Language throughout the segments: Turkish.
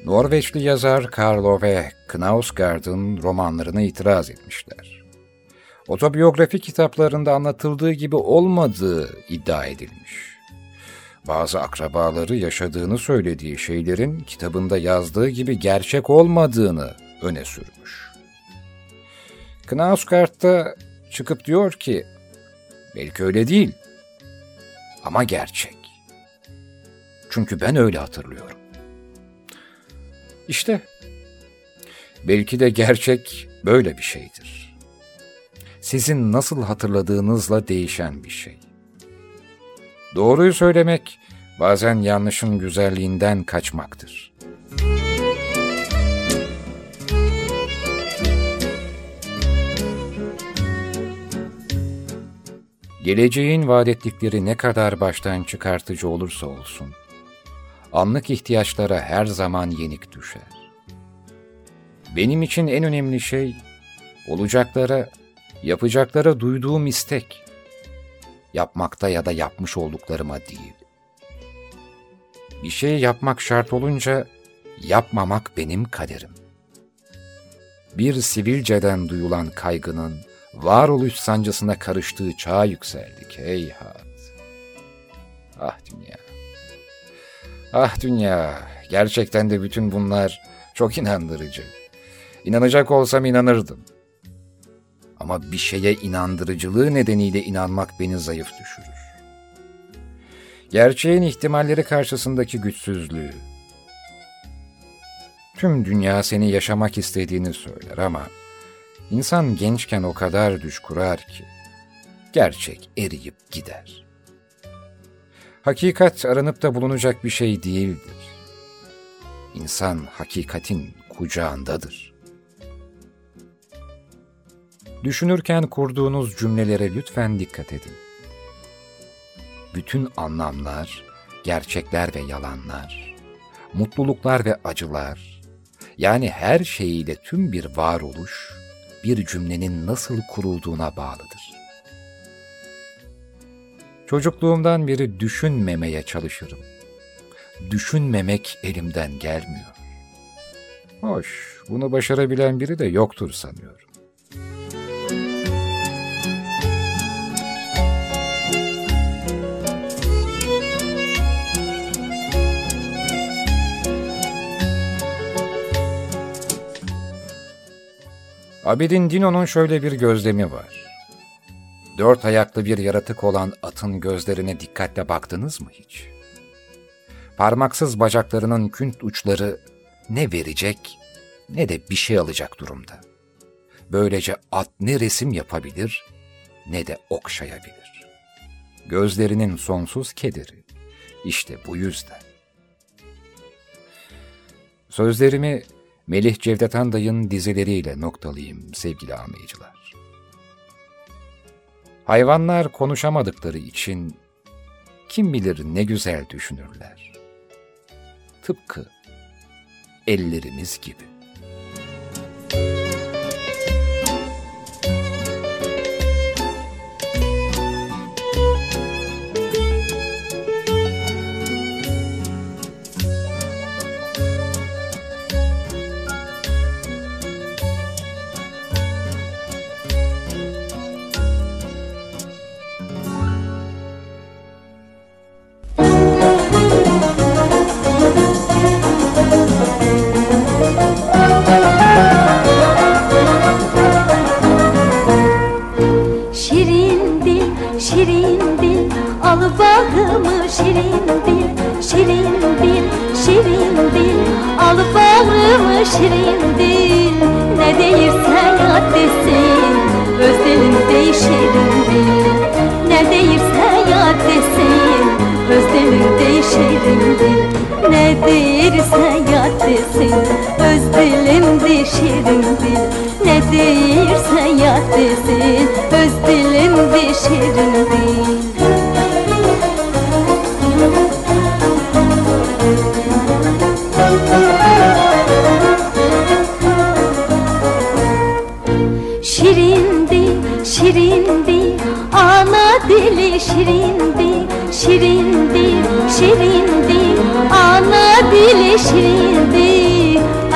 Norveçli yazar Karl Ove Knausgaard'ın romanlarına itiraz etmişler. Otobiyografi kitaplarında anlatıldığı gibi olmadığı iddia edilmiş. Bazı akrabaları yaşadığını söylediği şeylerin kitabında yazdığı gibi gerçek olmadığını öne sürmüş. Knausgaard da çıkıp diyor ki, belki öyle değil ama gerçek. Çünkü ben öyle hatırlıyorum. İşte, belki de gerçek böyle bir şeydir. Sizin nasıl hatırladığınızla değişen bir şey. Doğruyu söylemek, bazen yanlışın güzelliğinden kaçmaktır. Geleceğin vaat ettikleri ne kadar baştan çıkartıcı olursa olsun, anlık ihtiyaçlara her zaman yenik düşer. Benim için en önemli şey, olacaklara, yapacaklara duyduğum istek, yapmakta ya da yapmış olduklarıma değil. Bir şey yapmak şart olunca, yapmamak benim kaderim. Bir sivilceden duyulan kaygının, varoluş sancısına karıştığı çağa yükseldik, heyhat. Ah dünya! Ah dünya! Gerçekten de bütün bunlar çok inandırıcı. İnanacak olsam inanırdım. Ama bir şeye inandırıcılığı nedeniyle inanmak beni zayıf düşürür. Gerçeğin ihtimalleri karşısındaki güçsüzlüğü. Tüm dünya seni yaşamak istediğini söyler ama İnsan gençken o kadar düş kurar ki, gerçek eriyip gider. Hakikat aranıp da bulunacak bir şey değildir. İnsan hakikatin kucağındadır. Düşünürken kurduğunuz cümlelere lütfen dikkat edin. Bütün anlamlar, gerçekler ve yalanlar, mutluluklar ve acılar, yani her şeyiyle tüm bir varoluş, bir cümlenin nasıl kurulduğuna bağlıdır. Çocukluğumdan beri düşünmemeye çalışırım. Düşünmemek elimden gelmiyor. Hoş, bunu başarabilen biri de yoktur sanıyorum. Abidin Dino'nun şöyle bir gözlemi var. 4 ayaklı bir yaratık olan atın gözlerine dikkatle baktınız mı hiç? Parmaksız bacaklarının künt uçları ne verecek ne de bir şey alacak durumda. Böylece at ne resim yapabilir ne de okşayabilir. Gözlerinin sonsuz kederi. İşte bu yüzden. Sözlerimi Melih Cevdet Anday'ın dizeleriyle noktalayayım sevgili anlayıcılar. Hayvanlar konuşamadıkları için kim bilir ne güzel düşünürler. Tıpkı ellerimiz gibi. Şirin dil, ne değirsen yad desin, öz dilinde şirin dil. Ne değirsen yad desin, öz dilinde şirin dil. Ne değirsen yad desin, öz dilimde şirin dil. Ne değirsen yad desin, öz dilimde şirin dil. Şirindi, ana dili şirindi, şirindi, şirindi, ana dili şirindi.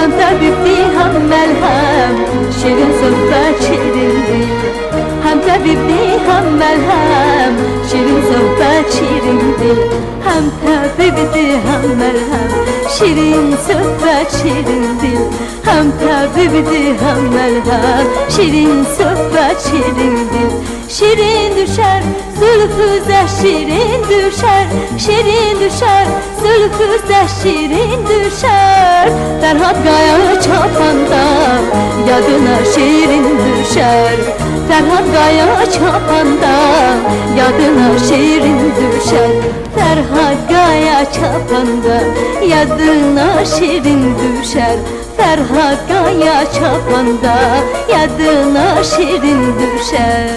Hem tabipti hem melhem, şirin sohbet şirin dil. Hem tabipti hem melhem, şirin sohbet şirin dil. Hem tabipti hem melhem, şirin sohbet şirin dil. Hem tabipti hem melhem, şirin sohbet şirin dil. Şirin düşer, zülfüze şirin düşer. Şirin düşer, zülfüze şirin düşer. Ferhat Kaya çapanda, yadına şirin düşer. Ferhat Kaya çapanda, yadına şirin düşer. Ferhat Kaya çapanda, yadına şirin düşer. Ferhat Kaya çapanda, yadına şirin düşer.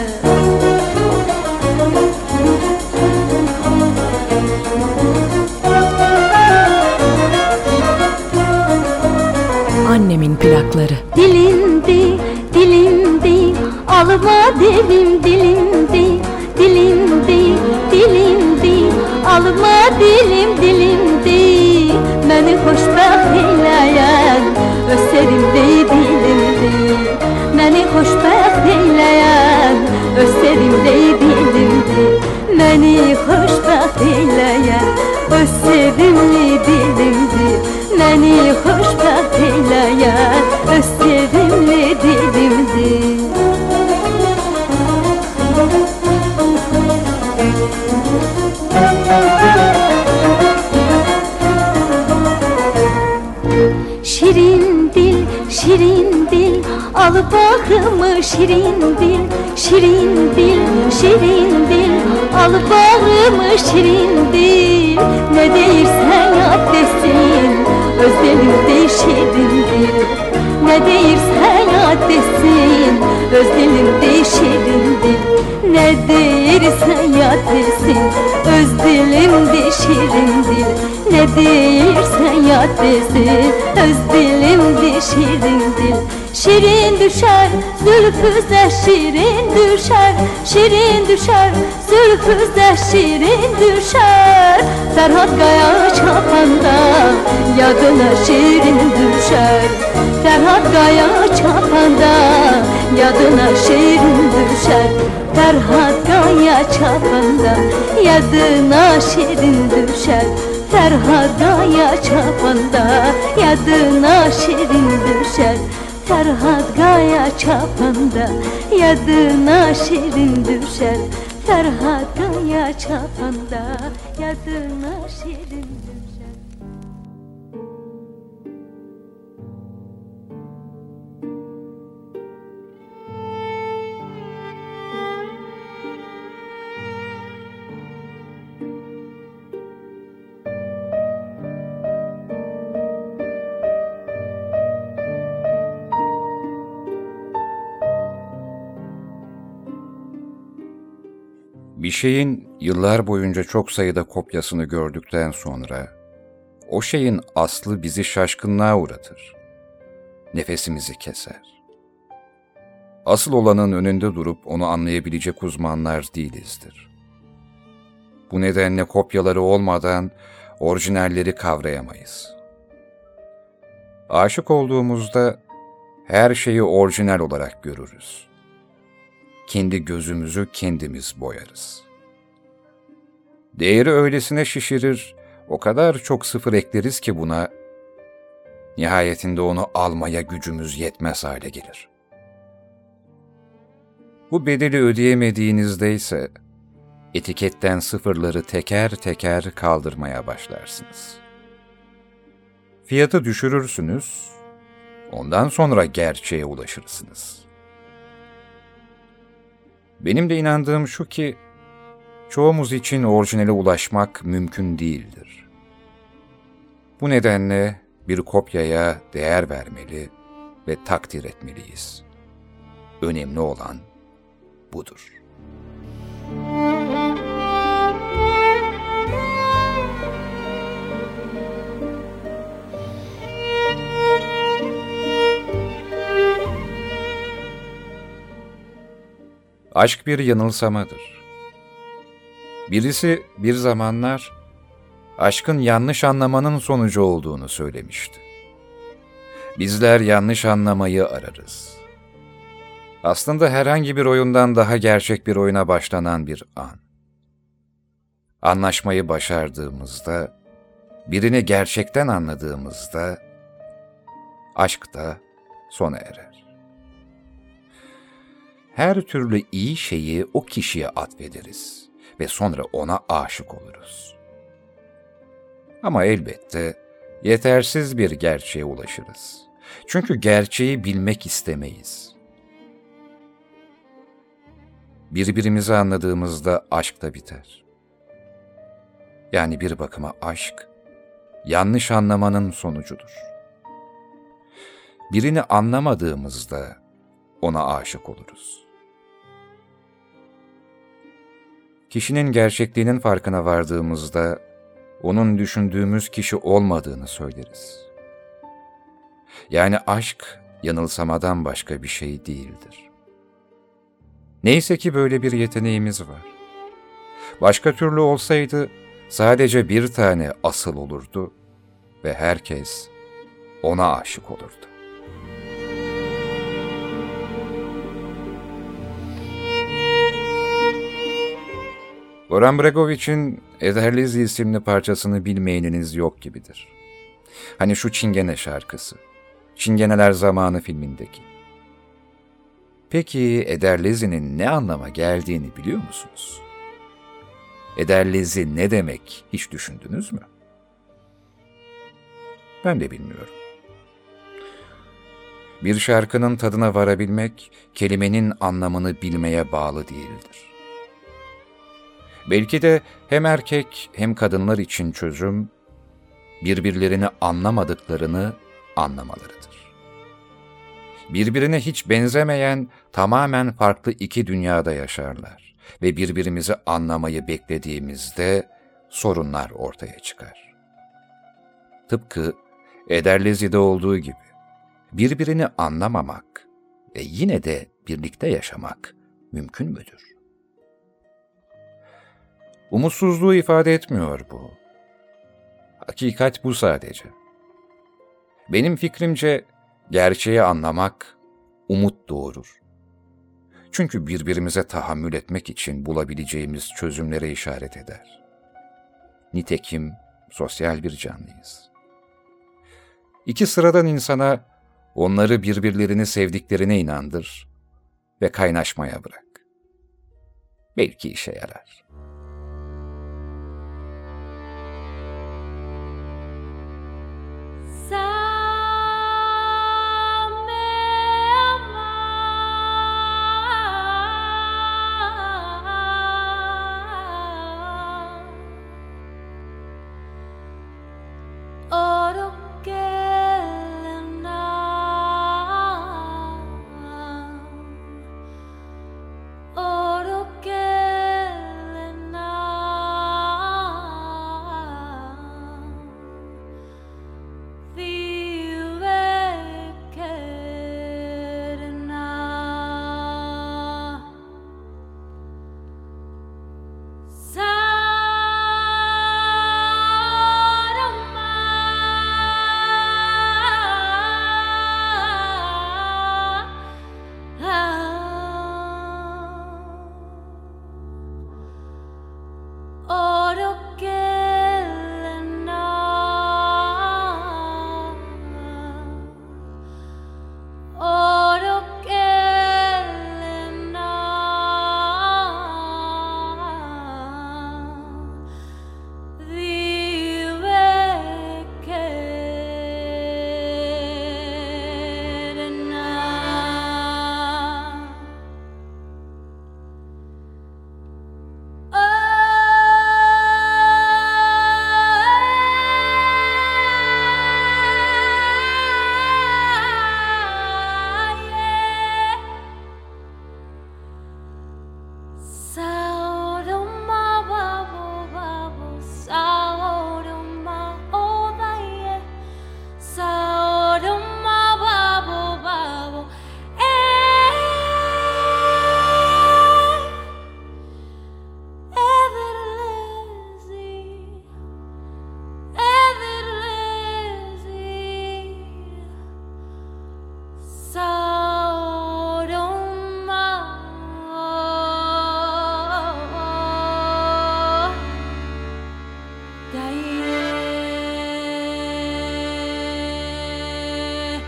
Annemin plakları. Dilindi, dilindi, alma dilim dilindi. Dilindi, dilindi, alma dilim dilindi. Beni hoşbəxt eyleyen, özlerimde dilimdi. Beni hoşbəxt eyleyen, özlerimde dilimdi. Beni hoşbəxt eyleyen, özlerimli dilimdi. Beni hoşbəxt eyleyen, özlerimli dilimdi. Şirin dil, şirin dil, al bağrımı şirin dil. Şirin dil, şirin dil, al bağrımı şirin dil. Ne deyirsen yap desin, öz dilimde şirin dil. Ne deyirsen yap desin, öz dilimde şirin dil. Ne deyirsen yap desin, öz dilimde şirin dil. Ne deyirsen yap desin, öz dilimde şirin dil. Şirin düşer, zülfüze şirin düşer. Şirin düşer, zülfüze şirin düşer. Ferhat Kaya çapanda, yadına şirin düşer. Ferhat Kaya çapanda, yadına şirin düşer. Ferhat Kaya çapanda, yadına şirin düşer. Ferhat Kaya çapanda, yadına şirin düşer. Ferhat Kaya çapanda, yadına şirin düşer. Ferhat Kaya çapanda, yadına şirin düşer. Bir şeyin yıllar boyunca çok sayıda kopyasını gördükten sonra, o şeyin aslı bizi şaşkınlığa uğratır. Nefesimizi keser. Asıl olanın önünde durup onu anlayabilecek uzmanlar değilizdir. Bu nedenle kopyaları olmadan orijinalleri kavrayamayız. Aşık olduğumuzda her şeyi orijinal olarak görürüz. Kendi gözümüzü kendimiz boyarız. Değeri öylesine şişirir, o kadar çok sıfır ekleriz ki buna, nihayetinde onu almaya gücümüz yetmez hale gelir. Bu bedeli ödeyemediğinizde ise, etiketten sıfırları teker teker kaldırmaya başlarsınız. Fiyatı düşürürsünüz, ondan sonra gerçeğe ulaşırsınız. Benim de inandığım şu ki, çoğumuz için orijinale ulaşmak mümkün değildir. Bu nedenle bir kopyaya değer vermeli ve takdir etmeliyiz. Önemli olan budur. Aşk bir yanılsamadır. Birisi bir zamanlar aşkın yanlış anlamanın sonucu olduğunu söylemişti. Bizler yanlış anlamayı ararız. Aslında herhangi bir oyundan daha gerçek bir oyuna başlanan bir an. Anlaşmayı başardığımızda, birini gerçekten anladığımızda, aşk da sona erer. Her türlü iyi şeyi o kişiye atfederiz ve sonra ona aşık oluruz. Ama elbette yetersiz bir gerçeğe ulaşırız. Çünkü gerçeği bilmek istemeyiz. Birbirimizi anladığımızda aşk da biter. Yani bir bakıma aşk, yanlış anlamanın sonucudur. Birini anlamadığımızda ona aşık oluruz. Kişinin gerçekliğinin farkına vardığımızda onun düşündüğümüz kişi olmadığını söyleriz. Yani aşk yanılsamadan başka bir şey değildir. Neyse ki böyle bir yeteneğimiz var. Başka türlü olsaydı sadece bir tane asıl olurdu ve herkes ona aşık olurdu. Goran Bregović'in Ederlezi isimli parçasını bilmeyeniniz yok gibidir. Hani şu Çingene şarkısı, Çingeneler Zamanı filmindeki. Peki Ederlezi'nin ne anlama geldiğini biliyor musunuz? Ederlezi ne demek hiç düşündünüz mü? Ben de bilmiyorum. Bir şarkının tadına varabilmek, kelimenin anlamını bilmeye bağlı değildir. Belki de hem erkek hem kadınlar için çözüm, birbirlerini anlamadıklarını anlamalarıdır. Birbirine hiç benzemeyen, tamamen farklı iki dünyada yaşarlar ve birbirimizi anlamayı beklediğimizde sorunlar ortaya çıkar. Tıpkı Ederlezi'de olduğu gibi, birbirini anlamamak ve yine de birlikte yaşamak mümkün müdür? Umutsuzluğu ifade etmiyor bu. Hakikat bu sadece. Benim fikrimce gerçeği anlamak umut doğurur. Çünkü birbirimize tahammül etmek için bulabileceğimiz çözümlere işaret eder. Nitekim sosyal bir canlıyız. İki sıradan insana onları birbirlerini sevdiklerine inandır ve kaynaşmaya bırak. Belki işe yarar.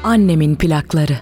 Annemin plakları.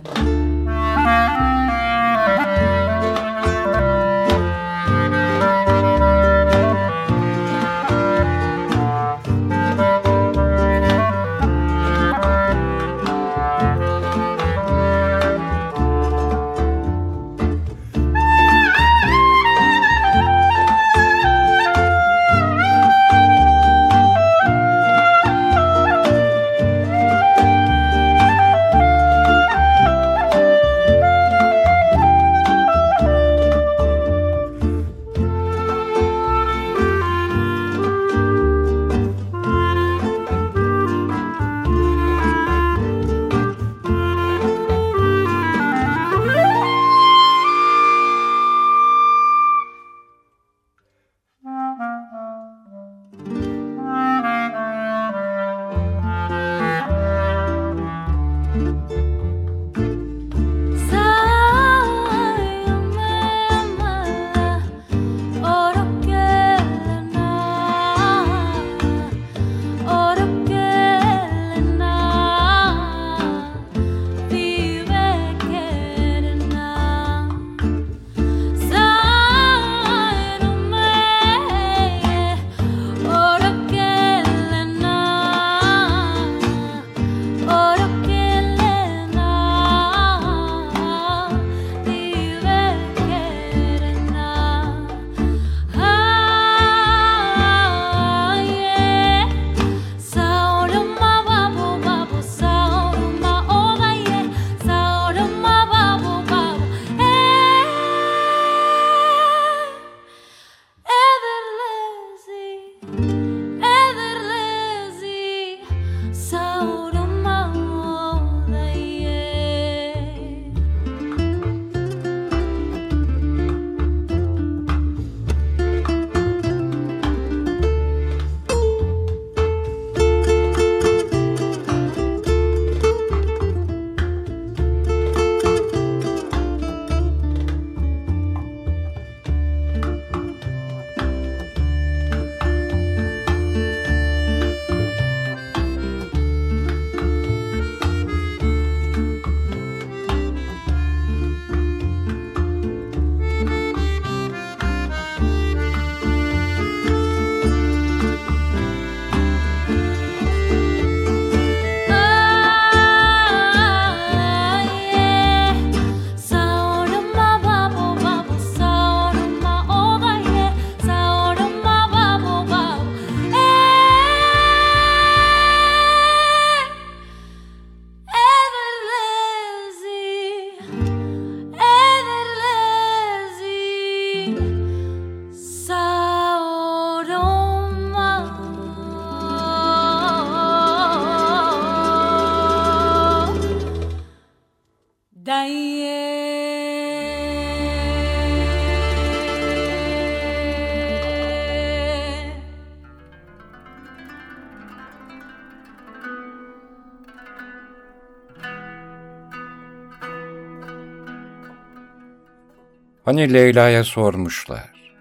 Hani Leyla'ya sormuşlar,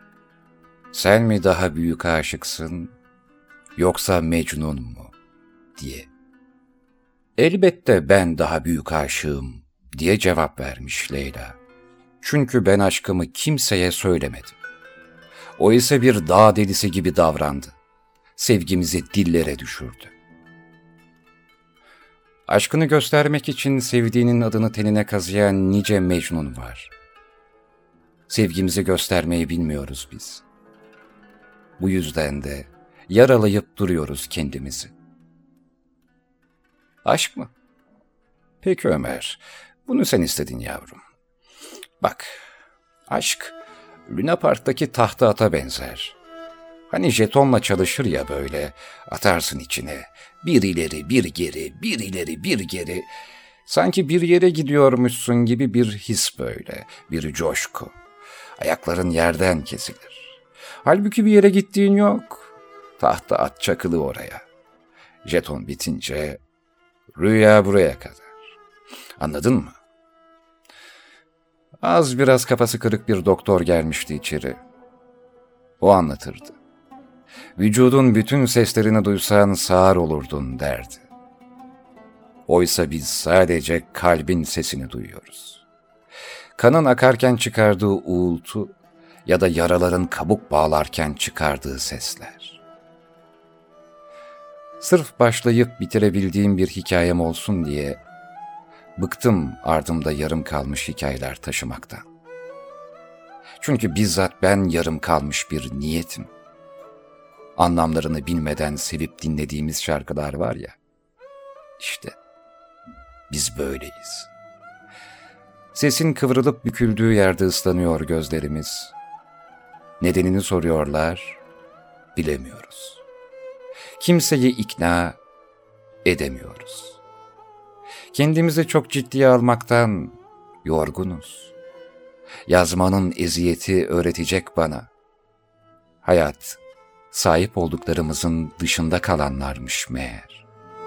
sen mi daha büyük aşıksın yoksa Mecnun mu diye. Elbette ben daha büyük aşığım diye cevap vermiş Leyla. Çünkü ben aşkımı kimseye söylemedim. O ise bir dağ delisi gibi davrandı. Sevgimizi dillere düşürdü. Aşkını göstermek için sevdiğinin adını tenine kazıyan nice Mecnun var. Sevgimizi göstermeyi bilmiyoruz biz. Bu yüzden de yaralayıp duruyoruz kendimizi. Aşk mı? Peki Ömer, bunu sen istedin yavrum. Bak, aşk Luna Park'taki tahta ata benzer. Hani jetonla çalışır ya böyle, atarsın içine. Bir ileri, bir geri, bir ileri, bir geri. Sanki bir yere gidiyormuşsun gibi bir his böyle, bir coşku. Ayakların yerden kesilir. Halbuki bir yere gittiğin yok. Tahta at çakılı oraya. Jeton bitince rüya buraya kadar. Anladın mı? Az biraz kafası kırık bir doktor gelmişti içeri. O anlatırdı. Vücudun bütün seslerini duysan sağır olurdun derdi. Oysa biz sadece kalbin sesini duyuyoruz. Kanın akarken çıkardığı uğultu ya da yaraların kabuk bağlarken çıkardığı sesler. Sırf başlayıp bitirebildiğim bir hikayem olsun diye bıktım ardımda yarım kalmış hikayeler taşımaktan. Çünkü bizzat ben yarım kalmış bir niyetim. Anlamlarını bilmeden sevip dinlediğimiz şarkılar var ya, işte biz böyleyiz. Sesin kıvrılıp büküldüğü yerde ıslanıyor gözlerimiz. Nedenini soruyorlar, bilemiyoruz. Kimseyi ikna edemiyoruz. Kendimizi çok ciddiye almaktan yorgunuz. Yazmanın eziyeti öğretecek bana. Hayat, sahip olduklarımızın dışında kalanlarmış meğer.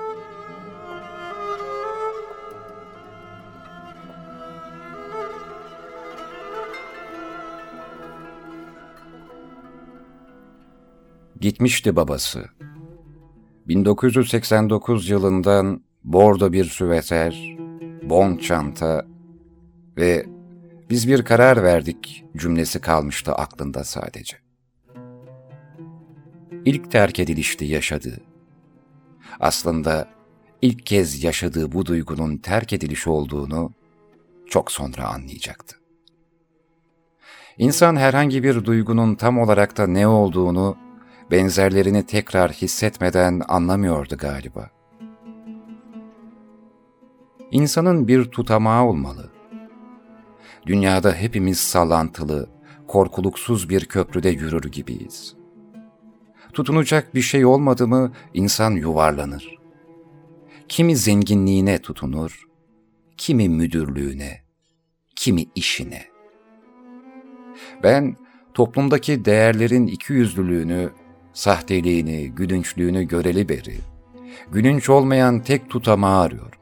Gitmişti babası. 1989 yılından bordo bir süveter, bon çanta ve "biz bir karar verdik" cümlesi kalmıştı aklında sadece. İlk terk edilişti yaşadığı. Aslında ilk kez yaşadığı bu duygunun terk ediliş olduğunu çok sonra anlayacaktı. İnsan herhangi bir duygunun tam olarak da ne olduğunu, benzerlerini tekrar hissetmeden anlamıyordu galiba. İnsanın bir tutamağı olmalı. Dünyada hepimiz sallantılı, korkuluksuz bir köprüde yürür gibiyiz. Tutunacak bir şey olmadı mı insan yuvarlanır. Kimi zenginliğine tutunur, kimi müdürlüğüne, kimi işine. Ben toplumdaki değerlerin ikiyüzlülüğünü, sahteliğini, gülünçlüğünü göreli beri, gülünç olmayan tek tutamağı arıyorum.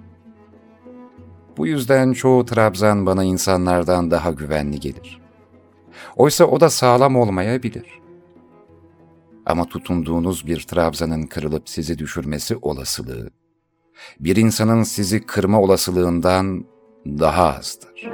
Bu yüzden çoğu trabzan bana insanlardan daha güvenli gelir. Oysa o da sağlam olmayabilir. Ama tutunduğunuz bir trabzanın kırılıp sizi düşürmesi olasılığı, bir insanın sizi kırma olasılığından daha azdır.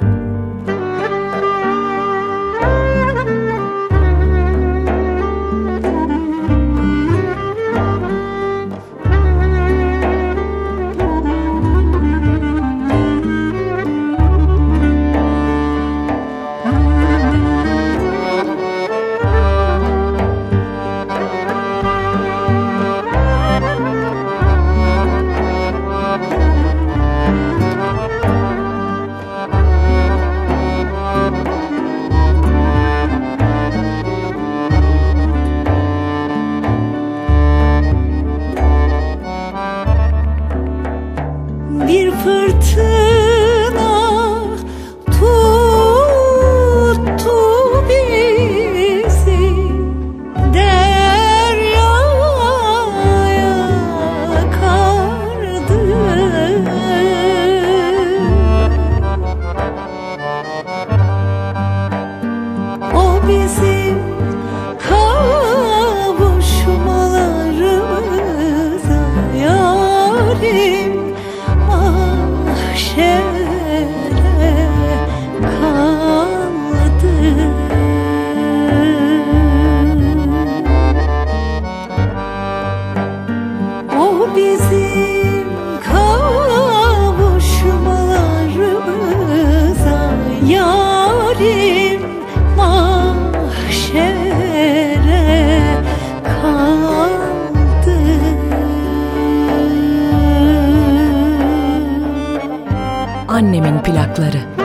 Bir fırtına tuttu bizi, deryaya kardı. O bizim kavuşmalarımıza yarim mahşere kaldı. O bizim kavuşmalarımıza yarim mahşere kaldı. Annemin plakları.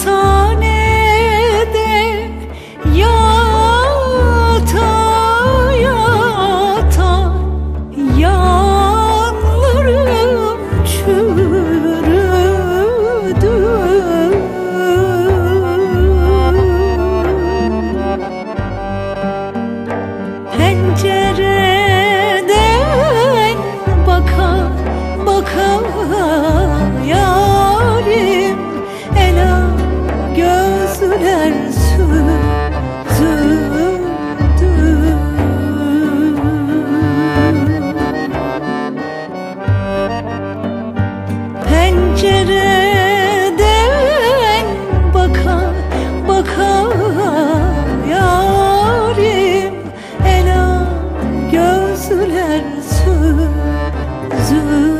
hastanede yata yata yanlarım çürüdü. Pencereden baka baka yarim ela gözler süzüldü. Pencereden baka baka yarim ela gözler süzüldü.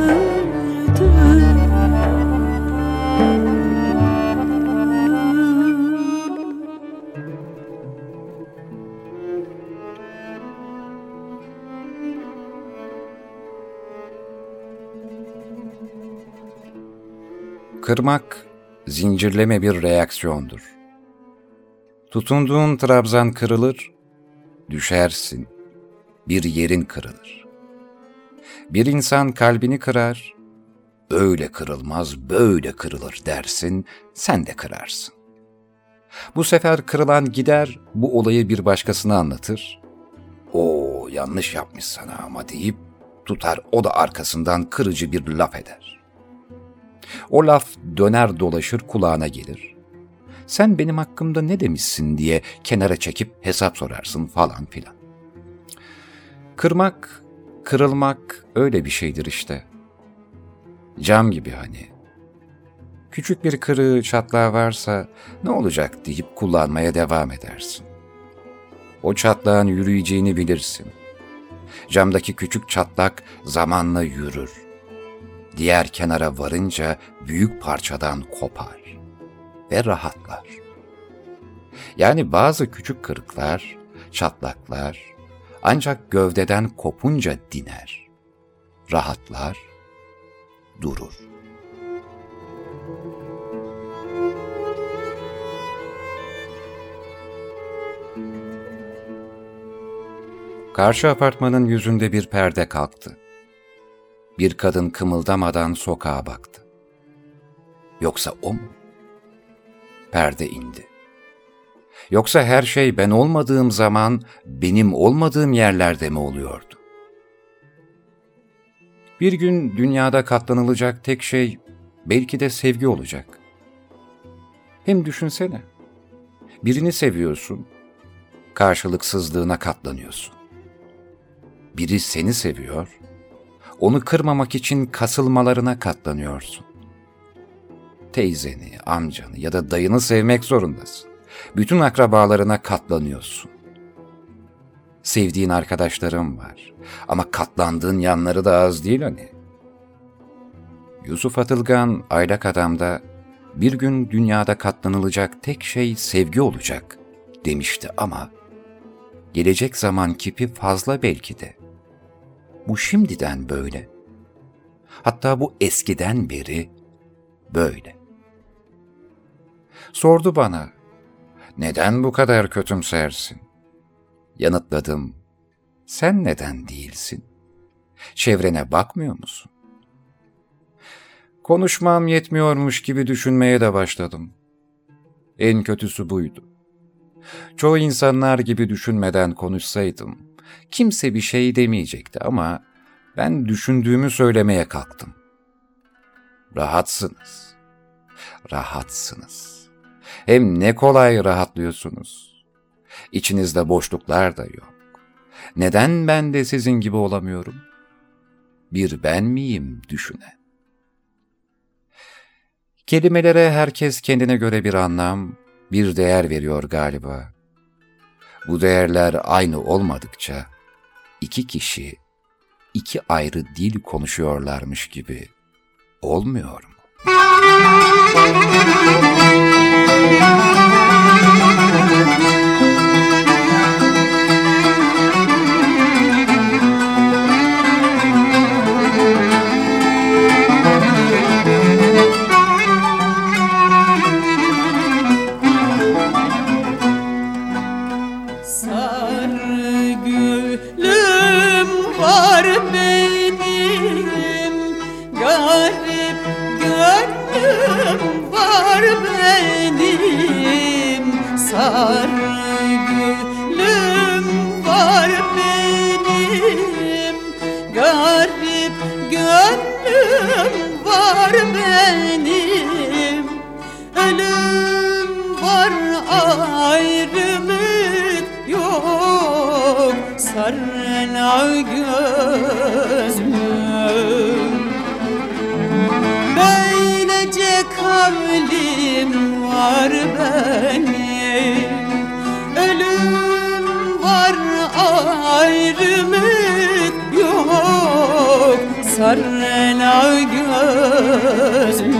Kırmak, zincirleme bir reaksiyondur. Tutunduğun trabzan kırılır, düşersin, bir yerin kırılır. Bir insan kalbini kırar, öyle kırılmaz, böyle kırılır dersin, sen de kırarsın. Bu sefer kırılan gider, bu olayı bir başkasına anlatır. "O yanlış yapmış sana ama" deyip tutar, o da arkasından kırıcı bir laf eder. O laf döner dolaşır kulağına gelir. Sen benim hakkımda ne demişsin diye kenara çekip hesap sorarsın falan filan. Kırmak, kırılmak öyle bir şeydir işte. Cam gibi hani. Küçük bir kırığı, çatlağı varsa ne olacak deyip kullanmaya devam edersin. O çatlağın yürüyeceğini bilirsin. Camdaki küçük çatlak zamanla yürür. Diğer kenara varınca büyük parçadan kopar ve rahatlar. Yani bazı küçük kırıklar, çatlaklar ancak gövdeden kopunca diner, rahatlar, durur. Karşı apartmanın yüzünde bir perde kalktı. Bir kadın kımıldamadan sokağa baktı. Yoksa o mu? Perde indi. Yoksa her şey ben olmadığım zaman benim olmadığım yerlerde mi oluyordu? Bir gün dünyada katlanılacak tek şey belki de sevgi olacak. Hem düşünsene, birini seviyorsun, karşılıksızlığına katlanıyorsun. Biri seni seviyor, onu kırmamak için kasılmalarına katlanıyorsun. Teyzeni, amcanı ya da dayını sevmek zorundasın. Bütün akrabalarına katlanıyorsun. Sevdiğin arkadaşlarım var ama katlandığın yanları da az değil hani. Yusuf Atılgan Aylak Adam'da bir gün dünyada katlanılacak tek şey sevgi olacak demişti ama gelecek zaman kipi fazla belki de. Bu şimdiden böyle. Hatta bu eskiden beri böyle. Sordu bana, neden bu kadar kötümsersin? Yanıtladım, sen neden değilsin? Çevrene bakmıyor musun? Konuşmam yetmiyormuş gibi düşünmeye de başladım. En kötüsü buydu. Çoğu insanlar gibi düşünmeden konuşsaydım, kimse bir şey demeyecekti ama ben düşündüğümü söylemeye kalktım. Rahatsınız. Rahatsınız. Hem ne kolay rahatlıyorsunuz. İçinizde boşluklar da yok. Neden ben de sizin gibi olamıyorum? Bir ben miyim düşünen? Kelimelere herkes kendine göre bir anlam, bir değer veriyor galiba. Bu değerler aynı olmadıkça iki kişi iki ayrı dil konuşuyorlarmış gibi olmuyor mu? var gülüm var benim, garip gönlüm var benim. Ölüm var ayrılık yok, sarla gözüm. Böylece kavlim var benim, ölüm var ayrılık yok, sarla gözüm.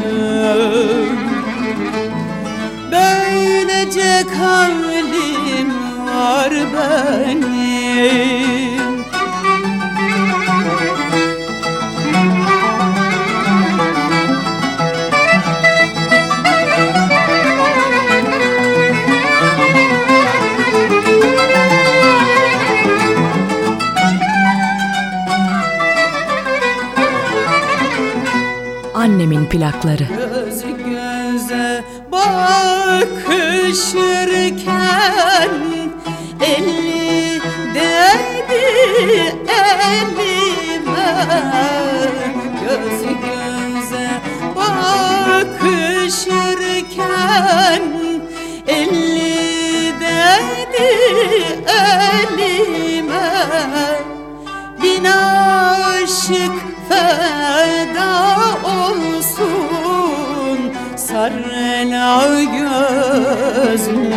Böylece kavlim var benim. Annemin plakları. Göz göze bakışırken eli değdi elime. Göz göze bakışırken eli değdi elime. Bin aşık feda olsun, sarla gözüm.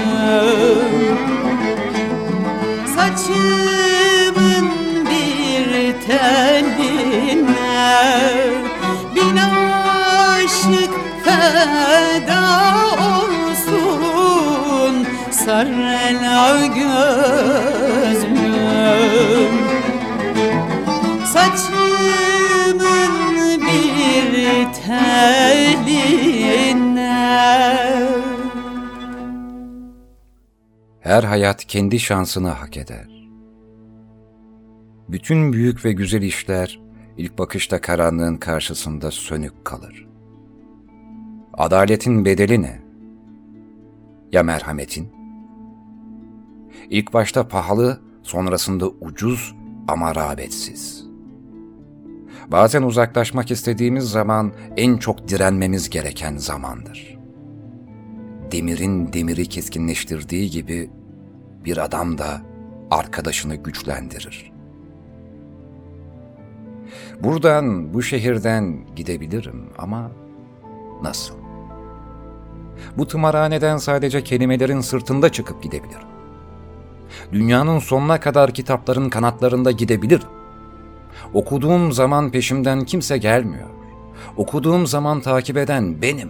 Saçımın bir teline bin aşık feda olsun, sarla gözüm. Saçımın bir teline. Her hayat kendi şansını hak eder. Bütün büyük ve güzel işler ilk bakışta karanlığın karşısında sönük kalır. Adaletin bedeli ne? Ya merhametin? İlk başta pahalı, sonrasında ucuz ama rağbetsiz. Bazen uzaklaşmak istediğimiz zaman en çok direnmemiz gereken zamandır. Demirin demiri keskinleştirdiği gibi bir adam da arkadaşını güçlendirir. Buradan, bu şehirden gidebilirim ama nasıl? Bu tımarhaneden sadece kelimelerin sırtında çıkıp gidebilirim. Dünyanın sonuna kadar kitapların kanatlarında gidebilirim. Okuduğum zaman peşimden kimse gelmiyor. Okuduğum zaman takip eden benim.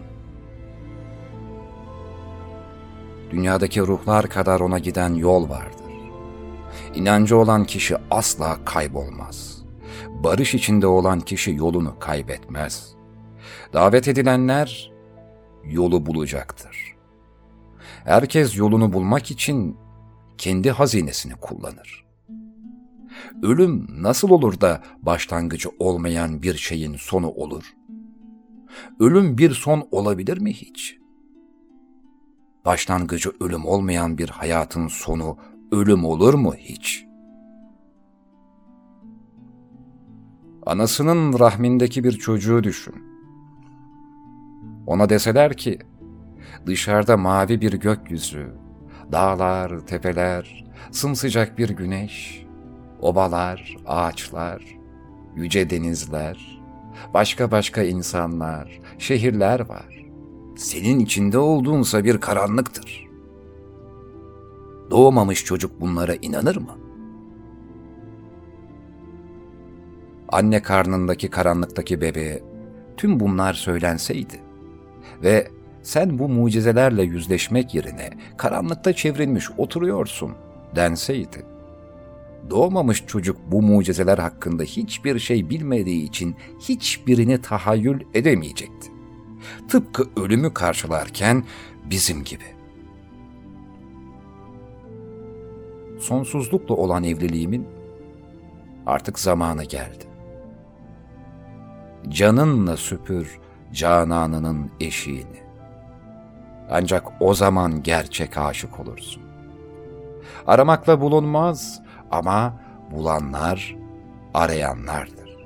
Dünyadaki ruhlar kadar ona giden yol vardır. İnancı olan kişi asla kaybolmaz. Barış içinde olan kişi yolunu kaybetmez. Davet edilenler yolu bulacaktır. Herkes yolunu bulmak için kendi hazinesini kullanır. Ölüm nasıl olur da başlangıcı olmayan bir şeyin sonu olur? Ölüm bir son olabilir mi hiç? Başlangıcı ölüm olmayan bir hayatın sonu ölüm olur mu hiç? Anasının rahmindeki bir çocuğu düşün. Ona deseler ki, dışarıda mavi bir gökyüzü, dağlar, tepeler, sımsıcak bir güneş, obalar, ağaçlar, yüce denizler, başka insanlar, şehirler var. Senin içinde olduğunsa bir karanlıktır. Doğmamış çocuk bunlara inanır mı? Anne karnındaki karanlıktaki bebeğe tüm bunlar söylenseydi ve sen bu mucizelerle yüzleşmek yerine karanlıkta çevrilmiş oturuyorsun denseydi, doğmamış çocuk bu mucizeler hakkında hiçbir şey bilmediği için hiçbirini tahayyül edemeyecekti. Tıpkı ölümü karşılarken bizim gibi. Sonsuzlukla olan evliliğimin artık zamanı geldi. Canınla süpür cananının eşiğini. Ancak o zaman gerçek aşık olursun. Aramakla bulunmaz ama bulanlar arayanlardır.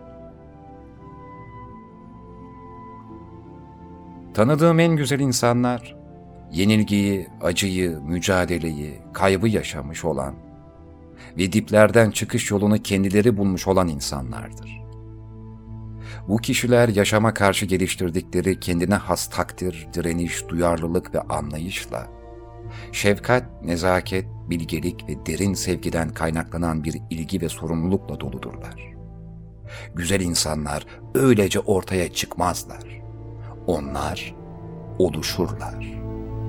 Tanıdığım en güzel insanlar, yenilgiyi, acıyı, mücadeleyi, kaybı yaşamış olan ve diplerden çıkış yolunu kendileri bulmuş olan insanlardır. Bu kişiler yaşama karşı geliştirdikleri kendine has takdir, direniş, duyarlılık ve anlayışla, şefkat, nezaket, bilgelik ve derin sevgiden kaynaklanan bir ilgi ve sorumlulukla doludurlar. Güzel insanlar öylece ortaya çıkmazlar. Onlar oluşurlar.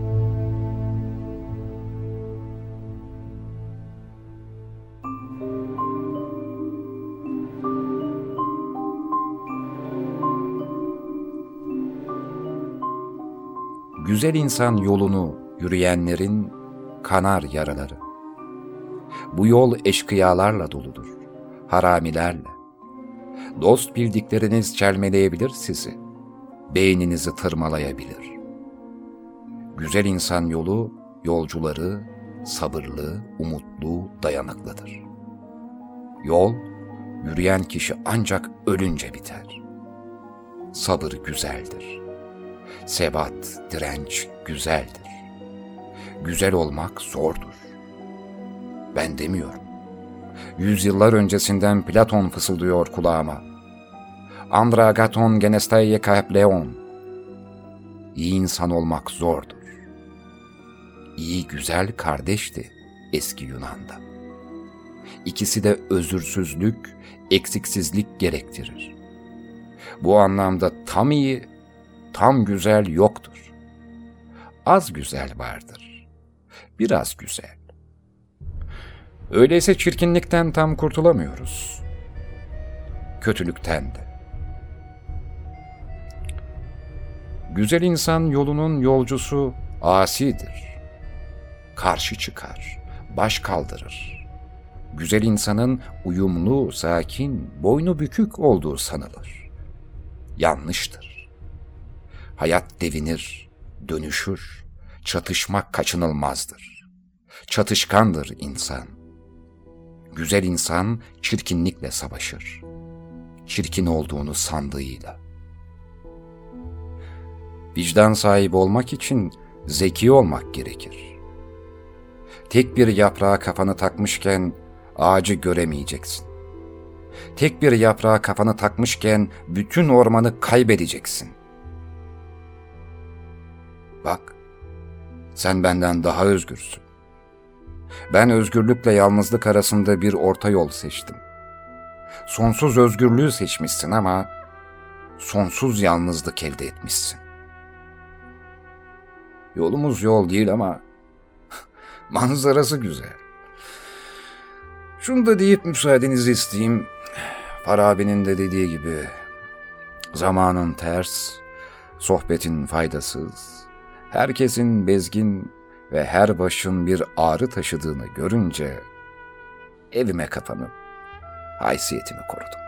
Güzel insan yolunu yürüyenlerin kanar yaraları. Bu yol eşkıyalarla doludur, haramilerle. Dost bildikleriniz çelmeleyebilir sizi, beyninizi tırmalayabilir. Güzel insan yolu, yolcuları sabırlı, umutlu, dayanıklıdır. Yol, yürüyen kişi ancak ölünce biter. Sabır güzeldir. Sebat, direnç güzeldir. Güzel olmak zordur. Ben demiyorum. Yüzyıllar öncesinden Platon fısıldıyor kulağıma. Andragaton genestaiye kaepleon. İyi insan olmak zordur. İyi güzel kardeşti eski Yunan'da. İkisi de özürsüzlük, eksiksizlik gerektirir. Bu anlamda tam iyi, tam güzel yoktur. Az güzel vardır. Biraz güzel. Öyleyse çirkinlikten tam kurtulamıyoruz. Kötülükten de. Güzel insan yolunun yolcusu asidir. Karşı çıkar, baş kaldırır. Güzel insanın uyumlu, sakin, boynu bükük olduğu sanılır. Yanlıştır. Hayat devinir, dönüşür. Çatışmak kaçınılmazdır. Çatışkandır insan. Güzel insan çirkinlikle savaşır. Çirkin olduğunu sandığıyla. Vicdan sahibi olmak için zeki olmak gerekir. Tek bir yaprağa kafanı takmışken ağacı göremeyeceksin. Tek bir yaprağa kafanı takmışken bütün ormanı kaybedeceksin. Bak, sen benden daha özgürsün. Ben özgürlükle yalnızlık arasında bir orta yol seçtim. Sonsuz özgürlüğü seçmişsin ama sonsuz yalnızlık elde etmişsin. Yolumuz yol değil ama manzarası güzel. Şunu da deyip müsaadenizi isteyeyim. Farabi'nin de dediği gibi zamanın ters, sohbetin faydasız, herkesin bezgin ve her başın bir ağrı taşıdığını görünce evime kapanıp haysiyetimi korudum.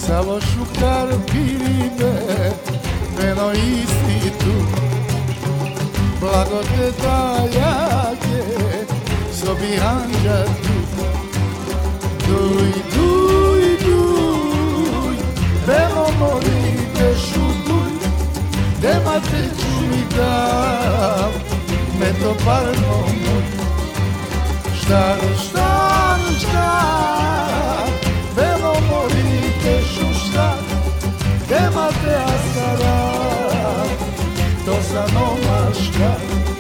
Savošukar pirive, eno isti tu. Blago te dajake, sobi anđa tu. Duj, duj, duj, belo mori te šutuj, dema te ću mi dam, me to parno moj. Štar, štar, štar, belo mori te šuštar, dema te asara, to za nomaška.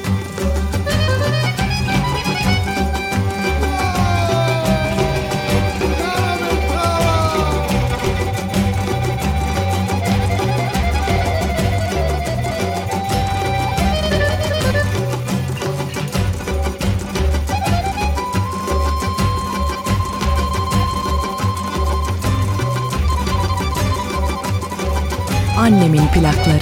Annemin plakları.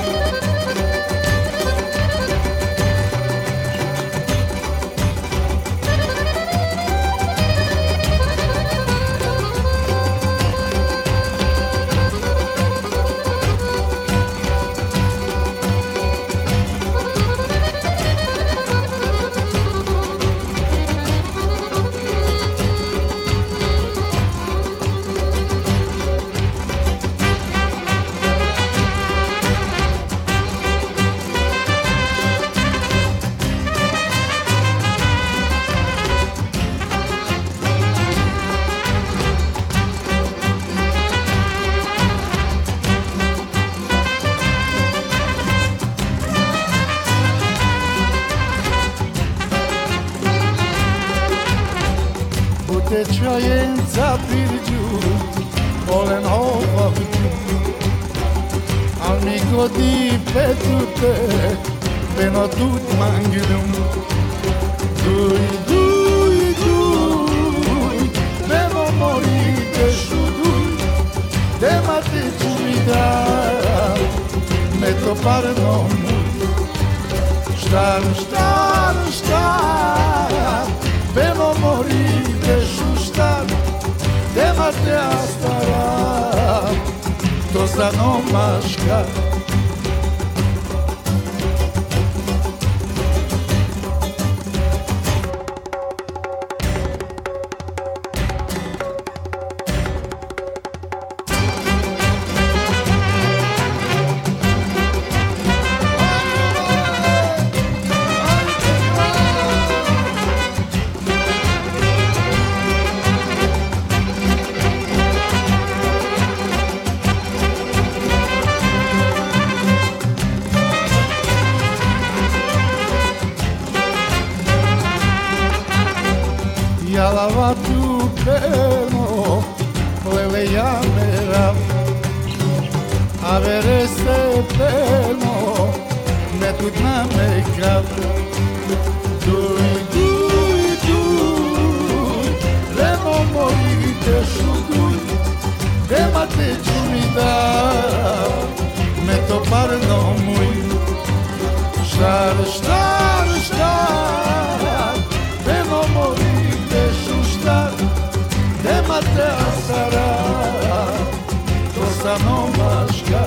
Tečajenca pirđu, volen obavlju, al mi godi petute, beno tut mangiljum. Duj, duj, duj, beno mori te šuduj, dema te ću mi dam, me to parno muj. Štar, štar, štar, beno mori te šuštar, dema te astara, to za nomaška. Jalava tu peno, lele jamera, avere se peno, ne tut na mekav. Duj, duj, duj, lemo mori te šuduj, dema te ću mi dam, me to parno muj. Štar, štar, štar, lemo mori šuštar, dema te asara, to za nomaška.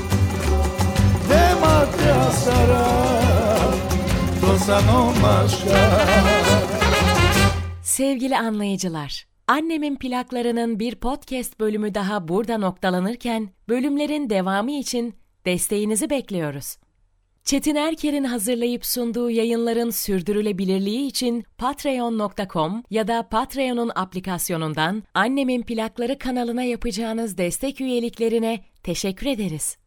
Dema te asara, to za nomaška. Sevgili anlayıcılar, Annemin plaklarının bir podcast bölümü daha burada noktalanırken, bölümlerin devamı için desteğinizi bekliyoruz. Çetin Erker'in hazırlayıp sunduğu yayınların sürdürülebilirliği için patreon.com ya da Patreon'un aplikasyonundan Annemin Plakları kanalına yapacağınız destek üyeliklerine teşekkür ederiz.